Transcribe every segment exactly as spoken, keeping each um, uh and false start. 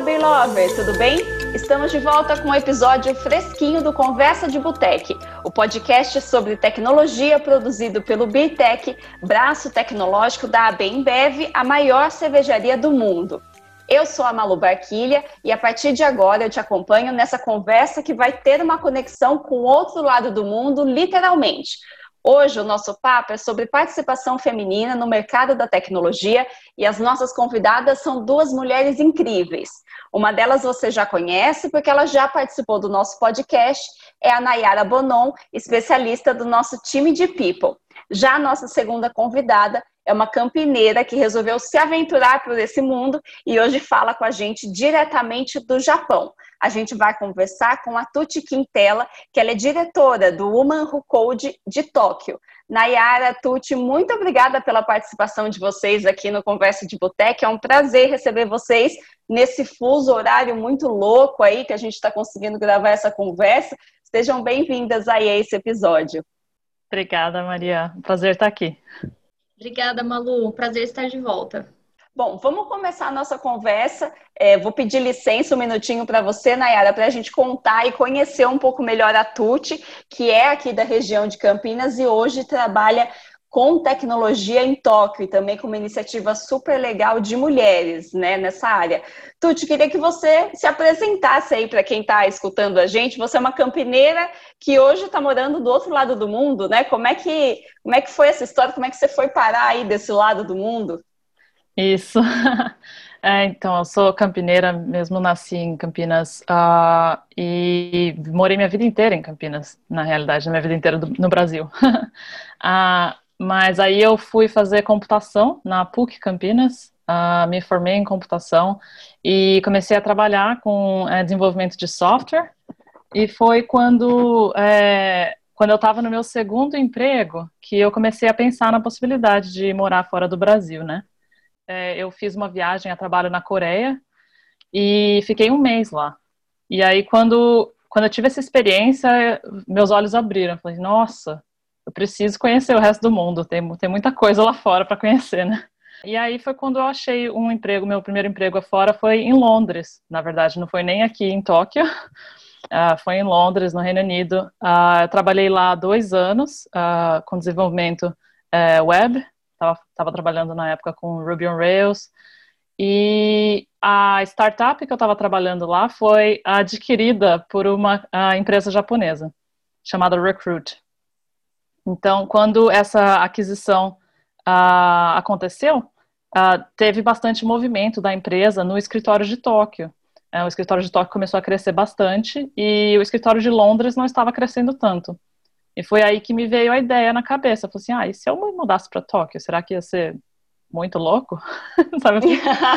Birlover, tudo bem? Estamos de volta com um episódio fresquinho do Conversa de Boteque, o podcast sobre tecnologia produzido pelo Birtec, braço tecnológico da A B InBev, a maior cervejaria do mundo. Eu sou a Malu Barquilha e a partir de agora eu te acompanho nessa conversa que vai ter uma conexão com o outro lado do mundo, literalmente. Hoje o nosso papo é sobre participação feminina no mercado da tecnologia e as nossas convidadas são duas mulheres incríveis. Uma delas você já conhece porque ela já participou do nosso podcast, é a Nayara Bonon, especialista do nosso time de People. Já a nossa segunda convidada é uma campineira que resolveu se aventurar por esse mundo e hoje fala com a gente diretamente do Japão. A gente vai conversar com a Tuti Quintela, que ela é diretora do Women Who Code de Tóquio. Nayara, Tuti, muito obrigada pela participação de vocês aqui no Conversa de Boteque. É um prazer receber vocês nesse fuso horário muito louco aí que a gente está conseguindo gravar essa conversa. Sejam bem-vindas aí a esse episódio. Obrigada, Maria. Prazer estar aqui. Obrigada, Malu. Prazer estar de volta. Bom, vamos começar a nossa conversa. É, vou pedir licença um minutinho para você, Nayara, para a gente contar e conhecer um pouco melhor a Tuti, que é aqui da região de Campinas e hoje trabalha com tecnologia em Tóquio e também com uma iniciativa super legal de mulheres, né, nessa área. Tuti, queria que você se apresentasse aí para quem está escutando a gente. Você é uma campineira que hoje está morando do outro lado do mundo, né? Como é que, como é que foi essa história? Como é que você foi parar aí desse lado do mundo? Isso. É, então, eu sou campineira, mesmo nasci em Campinas uh, e morei minha vida inteira em Campinas, na realidade, minha vida inteira do, no Brasil. uh, mas aí eu fui fazer computação na P U C Campinas, uh, me formei em computação e comecei a trabalhar com uh, desenvolvimento de software e foi quando, uh, quando eu estava no meu segundo emprego que eu comecei a pensar na possibilidade de morar fora do Brasil, né? Eu fiz uma viagem a trabalho na Coreia e fiquei um mês lá. E aí, quando, quando eu tive essa experiência, meus olhos abriram. Eu falei, nossa, eu preciso conhecer o resto do mundo. Tem, tem muita coisa lá fora para conhecer, né? E aí foi quando eu achei um emprego, meu primeiro emprego fora foi em Londres. Na verdade, não foi nem aqui em Tóquio. Uh, foi em Londres, no Reino Unido. Uh, eu trabalhei lá há dois anos uh, com desenvolvimento uh, web. Estava trabalhando na época com Ruby on Rails e a startup que eu estava trabalhando lá foi adquirida por uma empresa japonesa chamada Recruit. Então, quando essa aquisição uh, aconteceu, uh, teve bastante movimento da empresa no escritório de Tóquio. Uh, o escritório de Tóquio começou a crescer bastante e o escritório de Londres não estava crescendo tanto. E foi aí que me veio a ideia na cabeça. Eu falei assim, ah, e se eu me mudasse para Tóquio, será que ia ser muito louco? Sabe assim?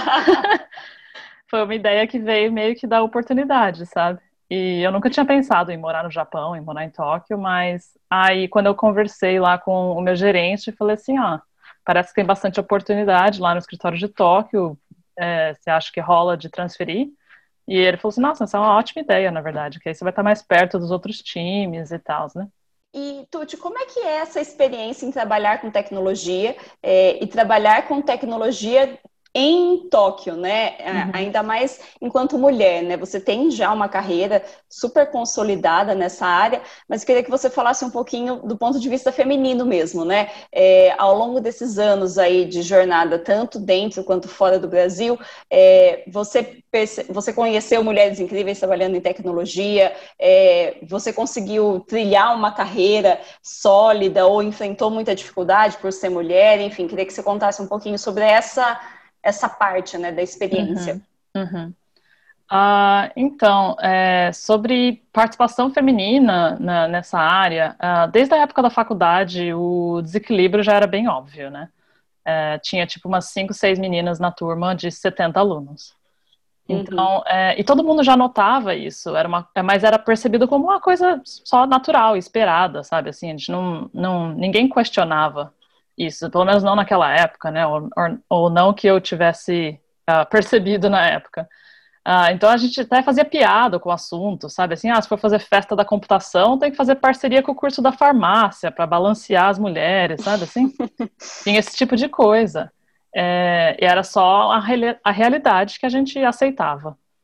Foi uma ideia que veio meio que da oportunidade, sabe? E eu nunca tinha pensado em morar no Japão, em morar em Tóquio, mas aí quando eu conversei lá com o meu gerente, falei assim, ah, parece que tem bastante oportunidade lá no escritório de Tóquio, é, você acha que rola de transferir? E ele falou assim, nossa, essa é uma ótima ideia, na verdade, que aí você vai estar mais perto dos outros times e tal, né? E, Tuti, como é que é essa experiência em trabalhar com tecnologia é, e trabalhar com tecnologia em Tóquio, né? Uhum. Ainda mais enquanto mulher, né? Você tem já uma carreira super consolidada nessa área, mas eu queria que você falasse um pouquinho do ponto de vista feminino mesmo, né? É, ao longo desses anos aí de jornada, tanto dentro quanto fora do Brasil, é, você, perce... você conheceu mulheres incríveis trabalhando em tecnologia, é, você conseguiu trilhar uma carreira sólida ou enfrentou muita dificuldade por ser mulher, enfim, queria que você contasse um pouquinho sobre essa essa parte, né, da experiência. Uhum, uhum. Uh, então, é, sobre participação feminina na, nessa área, uh, desde a época da faculdade, o desequilíbrio já era bem óbvio, né? Uh, tinha, tipo, umas cinco, seis meninas na turma de setenta alunos. Então, uhum. é, e todo mundo já notava isso, era uma, mas era percebido como uma coisa só natural, esperada, sabe? Assim, a gente não, não, ninguém questionava isso, pelo menos não naquela época, né, ou, ou, ou não que eu tivesse uh, percebido na época. Uh, então a gente até fazia piada com o assunto, sabe, assim, ah, se for fazer festa da computação, tem que fazer parceria com o curso da farmácia para balancear as mulheres, sabe, assim, tinha esse tipo de coisa, é, e era só a, a realidade que a gente aceitava.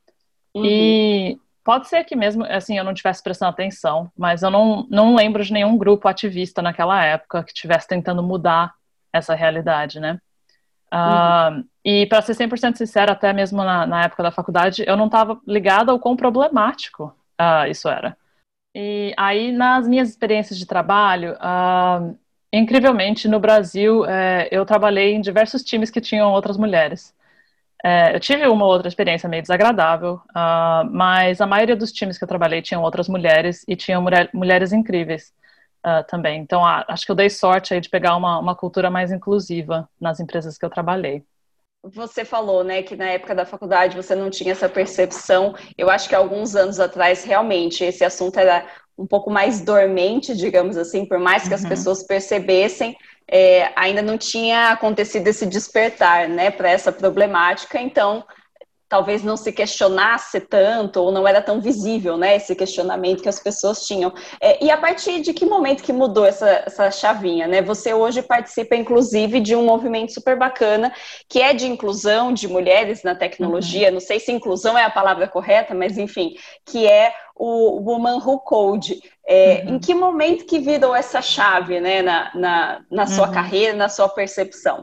Uhum. E pode ser que mesmo, assim, eu não estivesse prestando atenção, mas eu não, não lembro de nenhum grupo ativista naquela época que estivesse tentando mudar essa realidade, né? Uhum. Uh, e para ser cem por cento sincera, até mesmo na, na época da faculdade, eu não estava ligada ao quão problemático uh, isso era. E aí, nas minhas experiências de trabalho, uh, incrivelmente, no Brasil, eh, eu trabalhei em diversos times que tinham outras mulheres. Eh, eu tive uma outra experiência meio desagradável, uh, mas a maioria dos times que eu trabalhei tinham outras mulheres e tinham mulher, mulheres incríveis uh, também. Então, ah, acho que eu dei sorte aí de pegar uma, uma cultura mais inclusiva nas empresas que eu trabalhei. Você falou, né, que na época da faculdade você não tinha essa percepção. Eu acho que alguns anos atrás, realmente, esse assunto era um pouco mais dormente, digamos assim, por mais que as Uhum. pessoas percebessem, é, ainda não tinha acontecido esse despertar, né, para essa problemática. Então, talvez não se questionasse tanto, ou não era tão visível, né, esse questionamento que as pessoas tinham. É, e a partir de que momento que mudou essa, essa chavinha, né? Você hoje participa, inclusive, de um movimento super bacana, que é de inclusão de mulheres na tecnologia, Uhum. não sei se inclusão é a palavra correta, mas enfim, que é o Woman Who Code. É, em Uhum. que momento que virou essa chave, né, na, na, na sua Uhum. carreira, na sua percepção?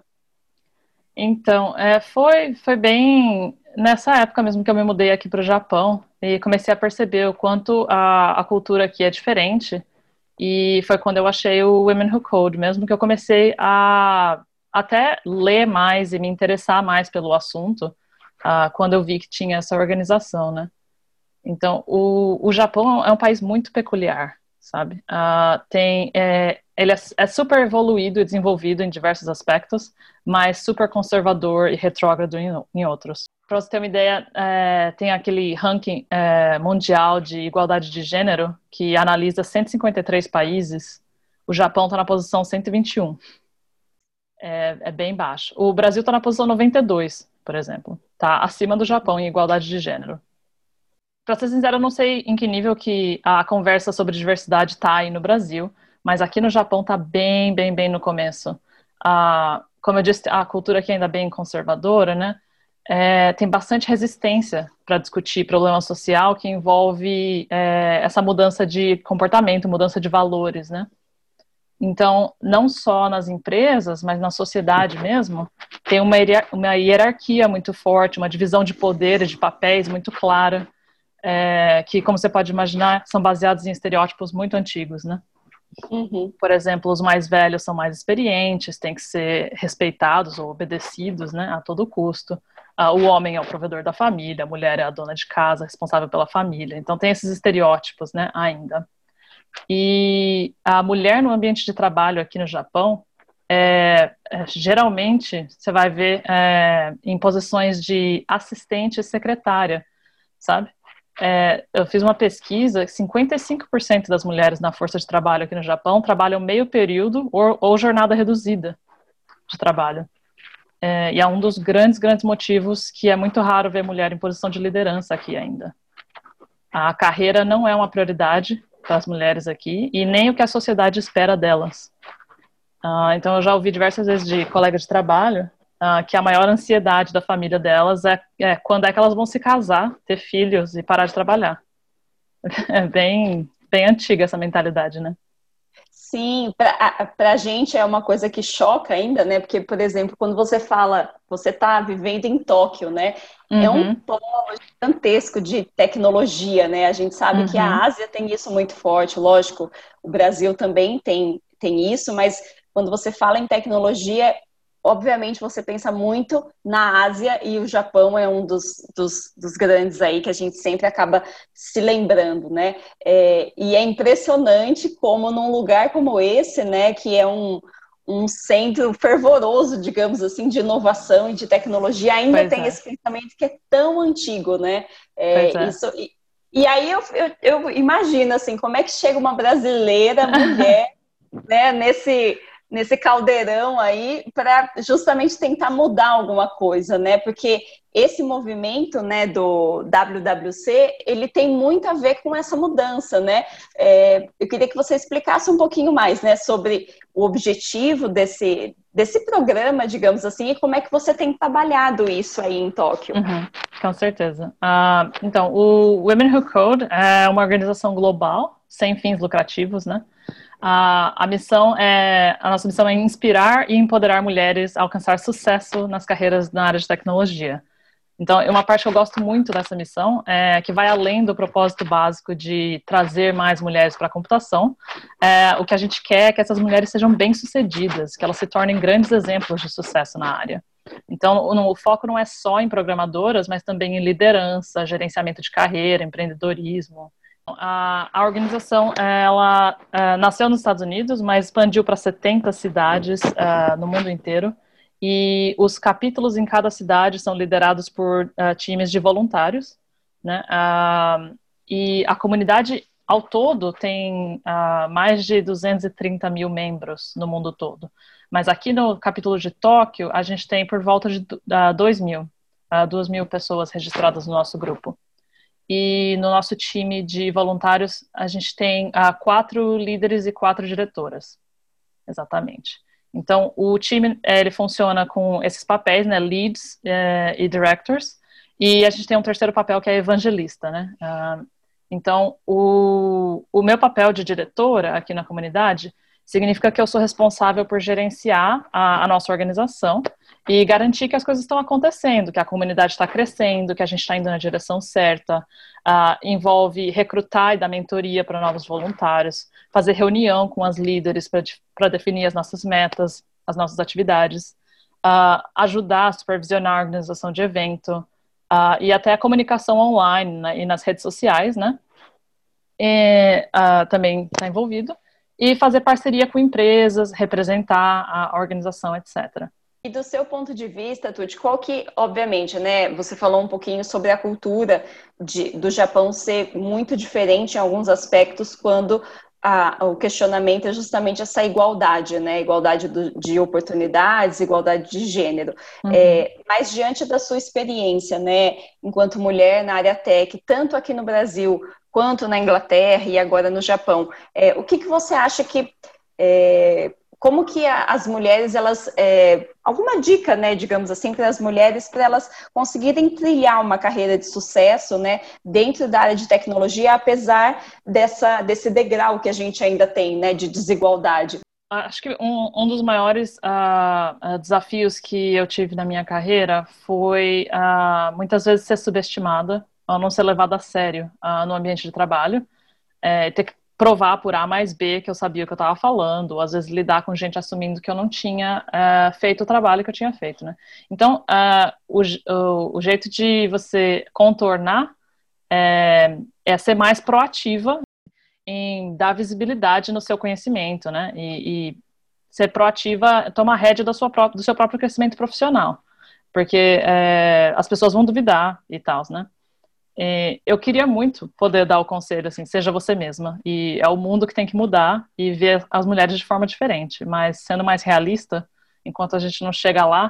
Então, é, foi, foi bem nessa época mesmo que eu me mudei aqui para o Japão e comecei a perceber o quanto a, a cultura aqui é diferente. E foi quando eu achei o Women Who Code, mesmo que eu comecei a até ler mais e me interessar mais pelo assunto, uh, quando eu vi que tinha essa organização, né? Então, o, o Japão é um país muito peculiar, sabe? Uh, tem, é, ele é, é super evoluído e desenvolvido em diversos aspectos, mas super conservador e retrógrado em, em outros. Para você ter uma ideia, é, tem aquele ranking é, mundial de igualdade de gênero que analisa cento e cinquenta e três países. O Japão está na posição cento e vinte e um. É, é bem baixo. O Brasil está na posição noventa e dois, por exemplo. Está acima do Japão em igualdade de gênero. Para ser sincero, eu não sei em que nível que a conversa sobre diversidade está aí no Brasil, mas aqui no Japão está bem, bem, bem no começo. Ah, como eu disse, a cultura aqui ainda é bem conservadora, né? É, tem bastante resistência para discutir problema social que envolve é, essa mudança de comportamento, mudança de valores, né? Então, não só nas empresas, mas na sociedade mesmo, tem uma, uma hierarquia muito forte, uma divisão de poderes, de papéis muito clara. É, que, como você pode imaginar, são baseados em estereótipos muito antigos, né? Uhum. Por exemplo, os mais velhos são mais experientes, têm que ser respeitados ou obedecidos, né, a todo custo. Ah, o homem é o provedor da família, a mulher é a dona de casa, responsável pela família. Então tem esses estereótipos, né, ainda. E a mulher no ambiente de trabalho aqui no Japão, é, é, geralmente você vai ver é, em posições de assistente e secretária, sabe? É, eu fiz uma pesquisa, cinquenta e cinco por cento das mulheres na força de trabalho aqui no Japão trabalham meio período ou, ou jornada reduzida de trabalho. É, e é um dos grandes, grandes motivos que é muito raro ver mulher em posição de liderança aqui ainda. A carreira não é uma prioridade para as mulheres aqui e nem o que a sociedade espera delas. Uh, então eu já ouvi diversas vezes de colegas de trabalho Uh, que a maior ansiedade da família delas é, é quando é que elas vão se casar, ter filhos e parar de trabalhar. É bem, bem antiga essa mentalidade, né? Sim, para a gente é uma coisa que choca ainda, né? Porque, por exemplo, quando você fala, você está vivendo em Tóquio, né? É um Uhum. polo gigantesco de tecnologia, né? A gente sabe que a Uhum. Ásia tem isso muito forte, lógico, o Brasil também tem, tem isso, mas quando você fala em tecnologia, obviamente você pensa muito na Ásia e o Japão é um dos, dos, dos grandes aí que a gente sempre acaba se lembrando, né? É, e é impressionante como num lugar como esse, né, que é um, um centro fervoroso, digamos assim, de inovação e de tecnologia, ainda Pois tem é, esse pensamento que é tão antigo, né? pois É, é. isso, e, e aí eu, eu, eu imagino, assim, como é que chega uma brasileira, mulher, né, nesse... nesse caldeirão aí para justamente tentar mudar alguma coisa, né? Porque esse movimento, né, do W W C, ele tem muito a ver com essa mudança, né? É, eu queria que você explicasse um pouquinho mais, né, sobre o objetivo desse, desse programa, digamos assim, e como é que você tem trabalhado isso aí em Tóquio. Uhum, com certeza. Uh, então, o Women Who Code é uma organização global, sem fins lucrativos, né? Uh, a missão é, a nossa missão é inspirar e empoderar mulheres a alcançar sucesso nas carreiras na área de tecnologia. Então, uma parte que eu gosto muito dessa missão é que vai além do propósito básico de trazer mais mulheres para a computação. É, o que a gente quer é que essas mulheres sejam bem-sucedidas, que elas se tornem grandes exemplos de sucesso na área. Então, o, o foco não é só em programadoras, mas também em liderança, gerenciamento de carreira, empreendedorismo. A, a organização, ela uh, nasceu nos Estados Unidos, mas expandiu para setenta cidades uh, no mundo inteiro. E os capítulos em cada cidade são liderados por uh, times de voluntários, né? Uh, e a comunidade ao todo tem uh, mais de duzentos e trinta mil membros no mundo todo. Mas aqui no capítulo de Tóquio, a gente tem por volta de uh, dois mil, uh, duas mil pessoas registradas no nosso grupo. E no nosso time de voluntários, a gente tem uh, quatro líderes e quatro diretoras, exatamente. Então, o time, ele funciona com esses papéis, né, leads eh, e directors, e a gente tem um terceiro papel que é evangelista, né. Uh, então, o, o meu papel de diretora aqui na comunidade significa que eu sou responsável por gerenciar a, a nossa organização e garantir que as coisas estão acontecendo, que a comunidade está crescendo, que a gente está indo na direção certa. Uh, envolve recrutar e dar mentoria para novos voluntários, fazer reunião com as líderes para definir as nossas metas, as nossas atividades, uh, ajudar a supervisionar a organização de evento, uh, e até a comunicação online, né, e nas redes sociais, né, e, uh, também está envolvido, e fazer parceria com empresas, representar a organização, etcétera. E do seu ponto de vista, Tuti, qual que, obviamente, né, você falou um pouquinho sobre a cultura de, do Japão ser muito diferente em alguns aspectos quando a, o questionamento é justamente essa igualdade, né, igualdade do, de oportunidades, igualdade de gênero. Uhum. É, mas diante da sua experiência, né, enquanto mulher na área tech, tanto aqui no Brasil quanto na Inglaterra e agora no Japão, é, o que, que você acha que... É, como que a, as mulheres, elas, é, alguma dica, né, digamos assim, para as mulheres, para elas conseguirem trilhar uma carreira de sucesso, né, dentro da área de tecnologia, apesar dessa, desse degrau que a gente ainda tem, né, de desigualdade? Acho que um, um dos maiores uh, desafios que eu tive na minha carreira foi uh, muitas vezes ser subestimada, ou não ser levada a sério uh, no ambiente de trabalho, é, ter que provar por A mais B que eu sabia o que eu estava falando, ou às vezes lidar com gente assumindo que eu não tinha uh, feito o trabalho que eu tinha feito, né? Então, uh, o, o, o jeito de você contornar é, é ser mais proativa em dar visibilidade no seu conhecimento, né? E, e ser proativa, tomar rédea da sua própria, do seu próprio crescimento profissional, porque é, as pessoas vão duvidar e tal, né? Eu queria muito poder dar o conselho, assim, seja você mesma, e é o mundo que tem que mudar e ver as mulheres de forma diferente, mas sendo mais realista, enquanto a gente não chega lá,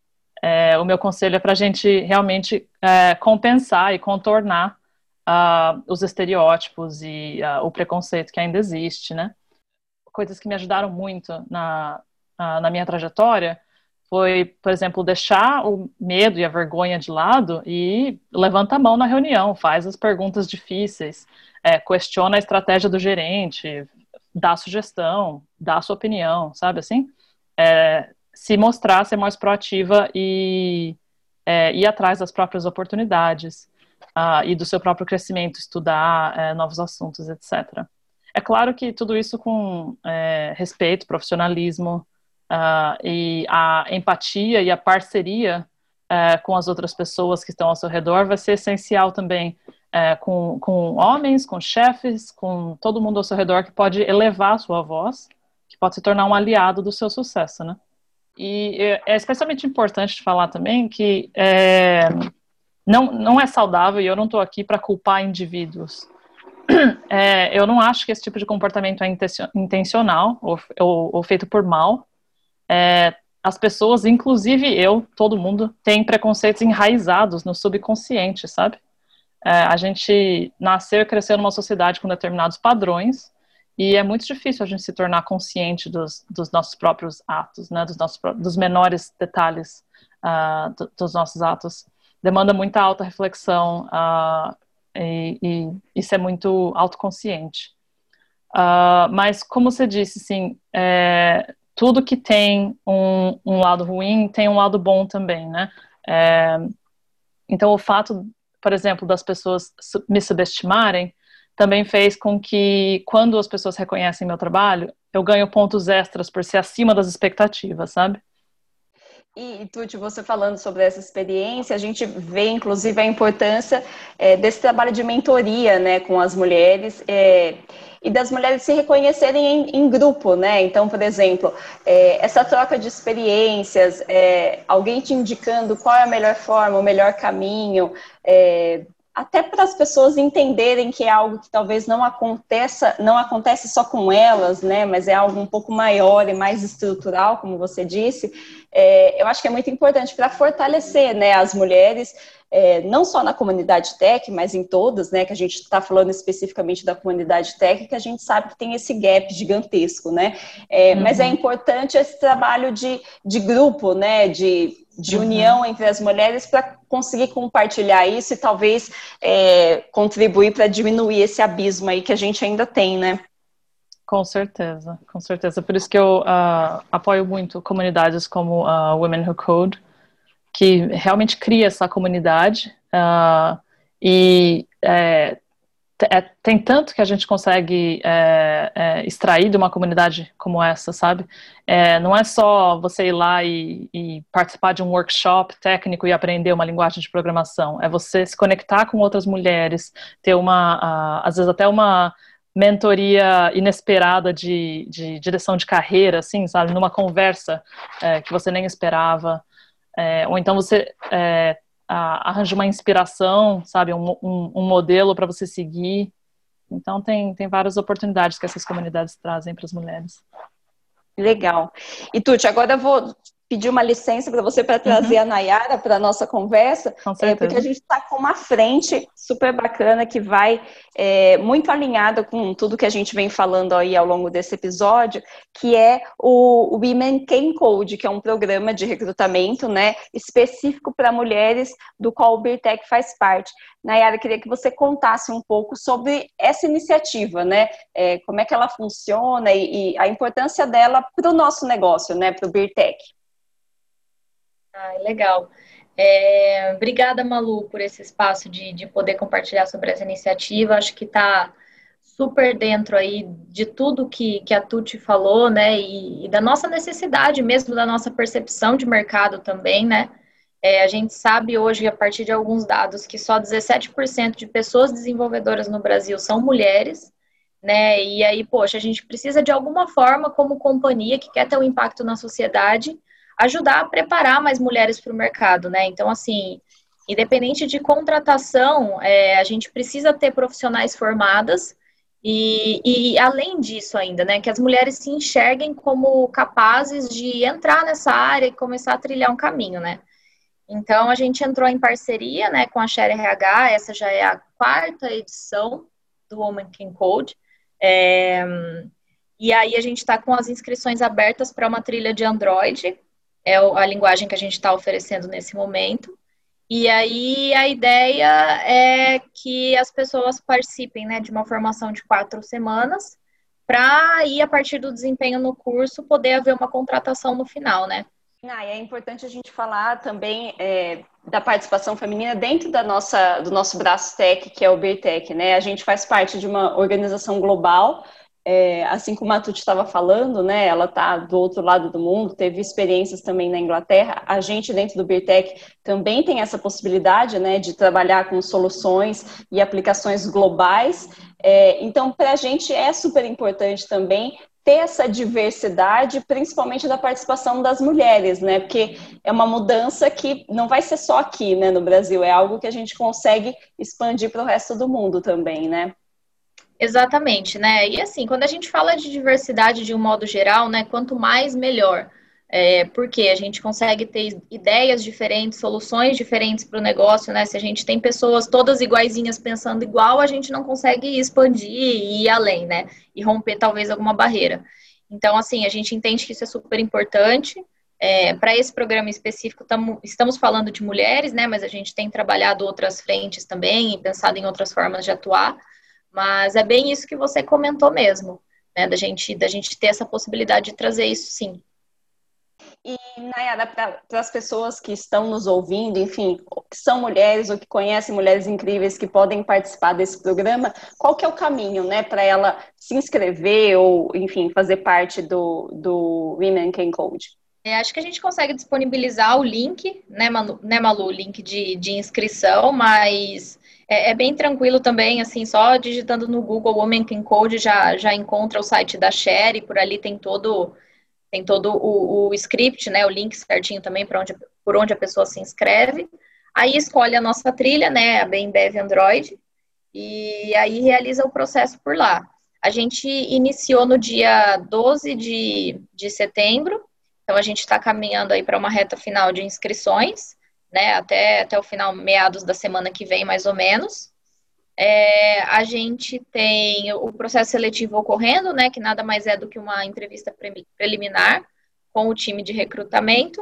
é, o meu conselho é para a gente realmente é, compensar e contornar uh, os estereótipos e uh, o preconceito que ainda existe, né? Coisas que me ajudaram muito na, uh, na minha trajetória foi, por exemplo, deixar o medo e a vergonha de lado e levanta a mão na reunião, faz as perguntas difíceis, é, questiona a estratégia do gerente, dá sugestão, dá a sua opinião, sabe assim? É, se mostrar, ser mais proativa e é, ir atrás das próprias oportunidades uh, e do seu próprio crescimento, estudar é, novos assuntos, etcétera. É claro que tudo isso com é, respeito, profissionalismo, Uh, e a empatia e a parceria uh, com as outras pessoas que estão ao seu redor vai ser essencial também uh, com, com homens, com chefes, com todo mundo ao seu redor que pode elevar a sua voz, que pode se tornar um aliado do seu sucesso, né? E é especialmente importante falar também que é, não, não é saudável, e eu não estou aqui para culpar indivíduos. é, eu não acho que esse tipo de comportamento é intencional ou, ou, ou feito por mal. É, as pessoas, inclusive eu, todo mundo, tem preconceitos enraizados no subconsciente, sabe? É, a gente nasceu e cresceu numa sociedade com determinados padrões e é muito difícil a gente se tornar consciente dos, dos nossos próprios atos, né? Dos, nossos, dos menores detalhes uh, do, dos nossos atos. Demanda muita autorreflexão uh, e, e isso é muito autoconsciente. Uh, mas, como você disse, sim, é, tudo que tem um, um lado ruim tem um lado bom também, né? É, então, o fato, por exemplo, das pessoas me subestimarem também fez com que, quando as pessoas reconhecem meu trabalho, eu ganho pontos extras por ser acima das expectativas, sabe? E, Tuti, você falando sobre essa experiência, a gente vê, inclusive, a importância é, desse trabalho de mentoria, né, com as mulheres, é, e das mulheres se reconhecerem em, em grupo, né? Então, por exemplo, é, essa troca de experiências, é, alguém te indicando qual é a melhor forma, o melhor caminho, é, até para as pessoas entenderem que é algo que talvez não aconteça, não acontece só com elas, né? Mas é algo um pouco maior e mais estrutural, como você disse. É, eu acho que é muito importante para fortalecer, né, as mulheres, é, não só na comunidade tech, mas em todas, né, que a gente está falando especificamente da comunidade tech, que a gente sabe que tem esse gap gigantesco, né, é, uhum. Mas é importante esse trabalho de, de grupo, né, de, de uhum. união entre as mulheres para conseguir compartilhar isso e talvez é, contribuir para diminuir esse abismo aí que a gente ainda tem, né. Com certeza, com certeza. Por isso que eu uh, apoio muito comunidades como uh, Women Who Code, que realmente cria essa comunidade uh, e é, é, tem tanto que a gente consegue é, é, extrair de uma comunidade como essa, sabe? É, não é só você ir lá e, e participar de um workshop técnico e aprender uma linguagem de programação. É você se conectar com outras mulheres, ter uma, uh, às vezes até uma mentoria inesperada de, de direção de carreira, assim, sabe, numa conversa é, que você nem esperava, é, ou então você é, a, arranja uma inspiração, sabe, um, um, um modelo para você seguir. Então tem, tem várias oportunidades que essas comunidades trazem para as mulheres. Legal. E Tuti, agora eu vou pedir uma licença para você para trazer uhum. a Nayara para a nossa conversa, é, porque a gente está com uma frente super bacana que vai é, muito alinhada com tudo que a gente vem falando aí ao longo desse episódio, que é o Women Can Code, que é um programa de recrutamento, né, específico para mulheres, do qual o BeerTech faz parte. Nayara, queria que você contasse um pouco sobre essa iniciativa, né, é, como é que ela funciona e, e a importância dela para o nosso negócio, né, para o BeerTech. Ah, legal. É, obrigada, Malu, por esse espaço de, de poder compartilhar sobre essa iniciativa. Acho que está super dentro aí de tudo que, que a Tuti falou, né, e, e da nossa necessidade mesmo, da nossa percepção de mercado também, né. É, a gente sabe hoje, a partir de alguns dados, que só dezessete por cento de pessoas desenvolvedoras no Brasil são mulheres, né, e aí, poxa, a gente precisa de alguma forma, como companhia que quer ter um impacto na sociedade, ajudar a preparar mais mulheres para o mercado, né? Então, assim, independente de contratação, é, a gente precisa ter profissionais formadas e, e, além disso ainda, né, que as mulheres se enxerguem como capazes de entrar nessa área e começar a trilhar um caminho, né? Então, a gente entrou em parceria, né, com a Share R H, essa já é a quarta edição do Women Can Code, é, e aí a gente está com as inscrições abertas para uma trilha de Android, é a linguagem que a gente está oferecendo nesse momento. E aí a ideia é que as pessoas participem, né, de uma formação de quatro semanas, para aí, a partir do desempenho no curso, poder haver uma contratação no final, né? Ah, e é importante a gente falar também é, da participação feminina dentro da nossa, do nosso braço tech, que é o BeerTech, né? A gente faz parte de uma organização global. É, assim como a Tuti estava falando, né, ela está do outro lado do mundo, teve experiências também na Inglaterra. A gente, dentro do BeerTech, também tem essa possibilidade, né, de trabalhar com soluções e aplicações globais. É, então, para a gente é super importante também ter essa diversidade, principalmente da participação das mulheres, né, porque é uma mudança que não vai ser só aqui, né, no Brasil, é algo que a gente consegue expandir para o resto do mundo também, né? Exatamente, né? E assim, quando a gente fala de diversidade de um modo geral, né, quanto mais melhor. É, porque a gente consegue ter ideias diferentes, soluções diferentes para o negócio, né? Se a gente tem pessoas todas iguaizinhas pensando igual, a gente não consegue expandir e ir além, né? E romper talvez alguma barreira. Então, assim, a gente entende que isso é super importante. É, para esse programa específico, tamo, estamos falando de mulheres, né? Mas a gente tem trabalhado outras frentes também e pensado em outras formas de atuar. Mas é bem isso que você comentou mesmo, né? Da gente, da gente ter essa possibilidade de trazer isso, sim. E, Nayara, para as pessoas que estão nos ouvindo, enfim, que são mulheres ou que conhecem mulheres incríveis que podem participar desse programa, qual que é o caminho, né, para ela se inscrever ou, enfim, fazer parte do, do Women Can Code? É, acho que a gente consegue disponibilizar o link, né, Malu, né, Malu o link de, de inscrição, mas é, é bem tranquilo também, assim, só digitando no Google Women Can Code já, já encontra o site da Shere, por ali tem todo, tem todo o, o script, né, o link certinho também para onde, por onde a pessoa se inscreve. Aí escolhe a nossa trilha, né, a Bembev Android, e aí realiza o processo por lá. A gente iniciou no dia doze de, de setembro, então a gente está caminhando aí para uma reta final de inscrições, né, até, até o final, meados da semana que vem, mais ou menos. É, a gente tem o processo seletivo ocorrendo, né, que nada mais é do que uma entrevista pre preliminar com o time de recrutamento,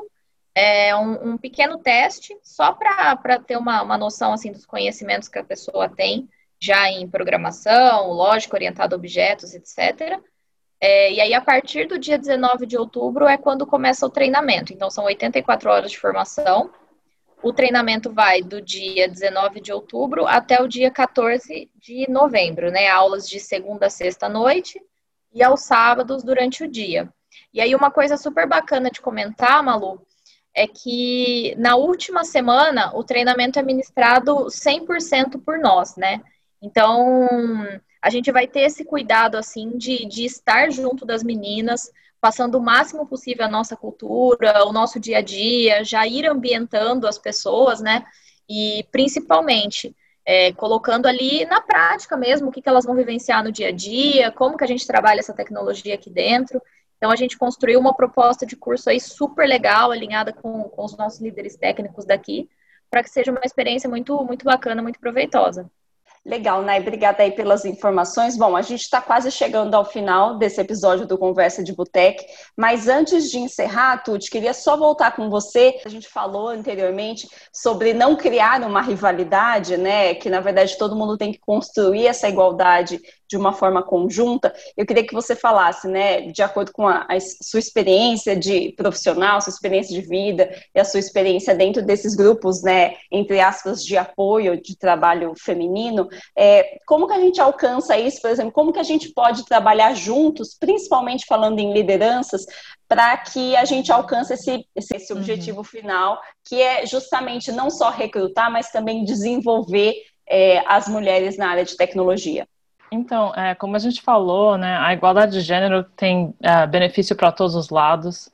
é um, um pequeno teste, só para ter uma, uma noção, assim, dos conhecimentos que a pessoa tem, já em programação, lógica orientada a objetos, etcétera. É, e aí, a partir do dia dezenove de outubro é quando começa o treinamento. Então, são oitenta e quatro horas de formação. O treinamento vai do dia dezenove de outubro até o dia quatorze de novembro, né? Aulas de segunda a sexta à noite e aos sábados durante o dia. E aí, uma coisa super bacana de comentar, Malu, é que na última semana o treinamento é ministrado cem por cento por nós, né? Então, a gente vai ter esse cuidado, assim, de, de estar junto das meninas, passando o máximo possível a nossa cultura, o nosso dia a dia, já ir ambientando as pessoas, né? E, principalmente, é, colocando ali na prática mesmo o que, que elas vão vivenciar no dia a dia, como que a gente trabalha essa tecnologia aqui dentro. Então, a gente construiu uma proposta de curso aí super legal, alinhada com, com os nossos líderes técnicos daqui, para que seja uma experiência muito, muito bacana, muito proveitosa. Legal, Nay, obrigada aí pelas informações. Bom, a gente está quase chegando ao final desse episódio do Conversa de Boteco, mas antes de encerrar, Tuti, queria só voltar com você. A gente falou anteriormente sobre não criar uma rivalidade, né? Que na verdade todo mundo tem que construir essa igualdade de uma forma conjunta. Eu queria que você falasse, né, de acordo com a, a sua experiência de profissional, sua experiência de vida e a sua experiência dentro desses grupos, né, entre aspas, de apoio, de trabalho feminino, é, como que a gente alcança isso, por exemplo, como que a gente pode trabalhar juntos, principalmente falando em lideranças, para que a gente alcance esse, esse, esse objetivo uhum. final, que é justamente não só recrutar, mas também desenvolver é, as mulheres na área de tecnologia. Então, é, como a gente falou, né, a igualdade de gênero tem é, benefício para todos os lados,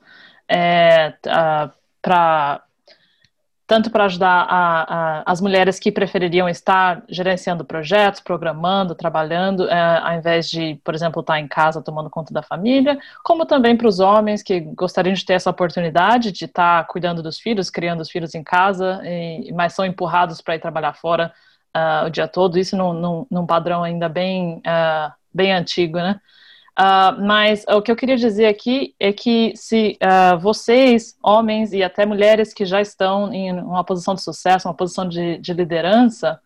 é, uh, pra, tanto para ajudar a, a, as mulheres que prefeririam estar gerenciando projetos, programando, trabalhando, é, ao invés de, por exemplo, estar em casa tomando conta da família, como também para os homens que gostariam de ter essa oportunidade de estar cuidando dos filhos, criando os filhos em casa, e, mas são empurrados para ir trabalhar fora Uh, o dia todo, isso num, num, num padrão ainda bem, uh, bem antigo, né? Uh, mas o que eu queria dizer aqui é que se uh, vocês, homens e até mulheres que já estão em uma posição de sucesso, uma posição de, de liderança,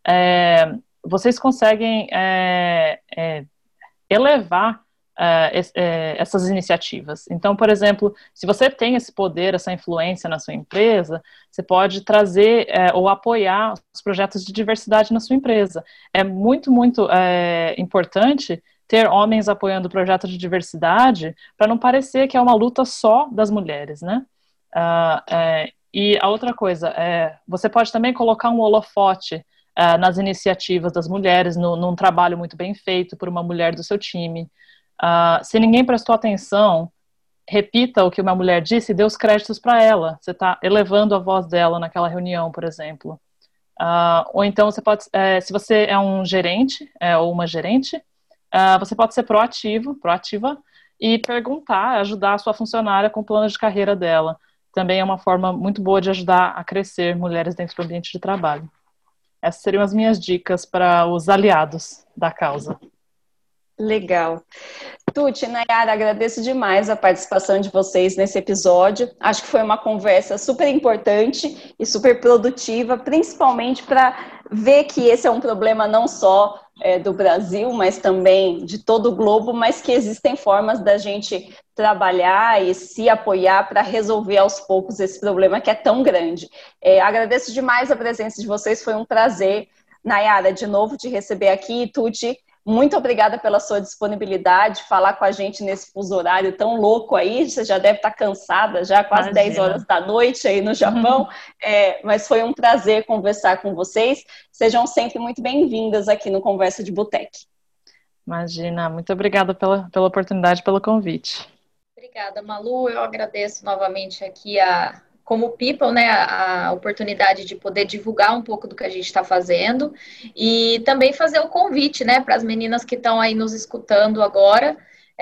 é, vocês conseguem é, é, elevar Uh, es, é, essas iniciativas. Então, por exemplo, se você tem esse poder, essa influência na sua empresa, você pode trazer é, ou apoiar os projetos de diversidade na sua empresa. É muito, muito é, importante ter homens apoiando o projeto de diversidade para não parecer que é uma luta só das mulheres, né? Uh, é, e a outra coisa, é, você pode também colocar um holofote uh, nas iniciativas das mulheres, no, num trabalho muito bem feito por uma mulher do seu time. Uh, se ninguém prestou atenção, repita o que uma mulher disse e dê os créditos para ela. Você está elevando a voz dela naquela reunião, por exemplo. Uh, ou então você pode, é, se você é um gerente é, ou uma gerente, uh, você pode ser proativo, proativa, e perguntar, ajudar a sua funcionária com o plano de carreira dela. Também é uma forma muito boa de ajudar a crescer mulheres dentro do ambiente de trabalho. Essas seriam as minhas dicas para os aliados da causa. Legal. Tuti, Nayara, agradeço demais a participação de vocês nesse episódio. Acho que foi uma conversa super importante e super produtiva, principalmente para ver que esse é um problema não só é, do Brasil, mas também de todo o globo, mas que existem formas da gente trabalhar e se apoiar para resolver aos poucos esse problema que é tão grande. É, agradeço demais a presença de vocês, foi um prazer. Nayara, de novo te receber aqui. Tuti, muito obrigada pela sua disponibilidade, falar com a gente nesse fuso horário tão louco aí, você já deve estar cansada, já quase Imagina. dez horas da noite aí no Japão, é, mas foi um prazer conversar com vocês, sejam sempre muito bem-vindas aqui no Conversa de Boteco. Imagina, muito obrigada pela, pela oportunidade, pelo convite. Obrigada, Malu, eu agradeço novamente aqui a... como People, né, a oportunidade de poder divulgar um pouco do que a gente está fazendo e também fazer o convite, né, para as meninas que estão aí nos escutando agora,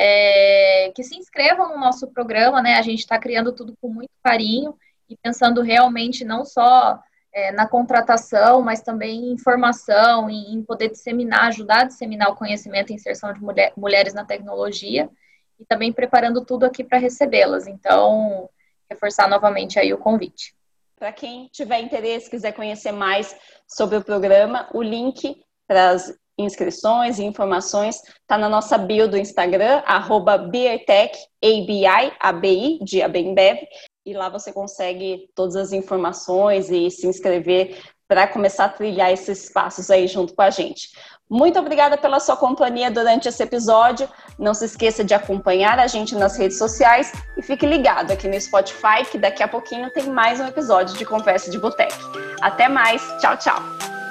é, que se inscrevam no nosso programa, né, a gente está criando tudo com muito carinho e pensando realmente não só é, na contratação, mas também em formação, em, em poder disseminar, ajudar a disseminar o conhecimento e inserção de mulher, mulheres na tecnologia e também preparando tudo aqui para recebê-las. Então, reforçar novamente aí o convite. Para quem tiver interesse, quiser conhecer mais sobre o programa, o link para as inscrições e informações está na nossa bio do Instagram, arroba beertech, A B I, A B I, de Abembev, e lá você consegue todas as informações e se inscrever para começar a trilhar esses passos aí junto com a gente. Muito obrigada pela sua companhia durante esse episódio. Não se esqueça de acompanhar a gente nas redes sociais e fique ligado aqui no Spotify, que daqui a pouquinho tem mais um episódio de Conversa de Boteco. Até mais. Tchau, tchau.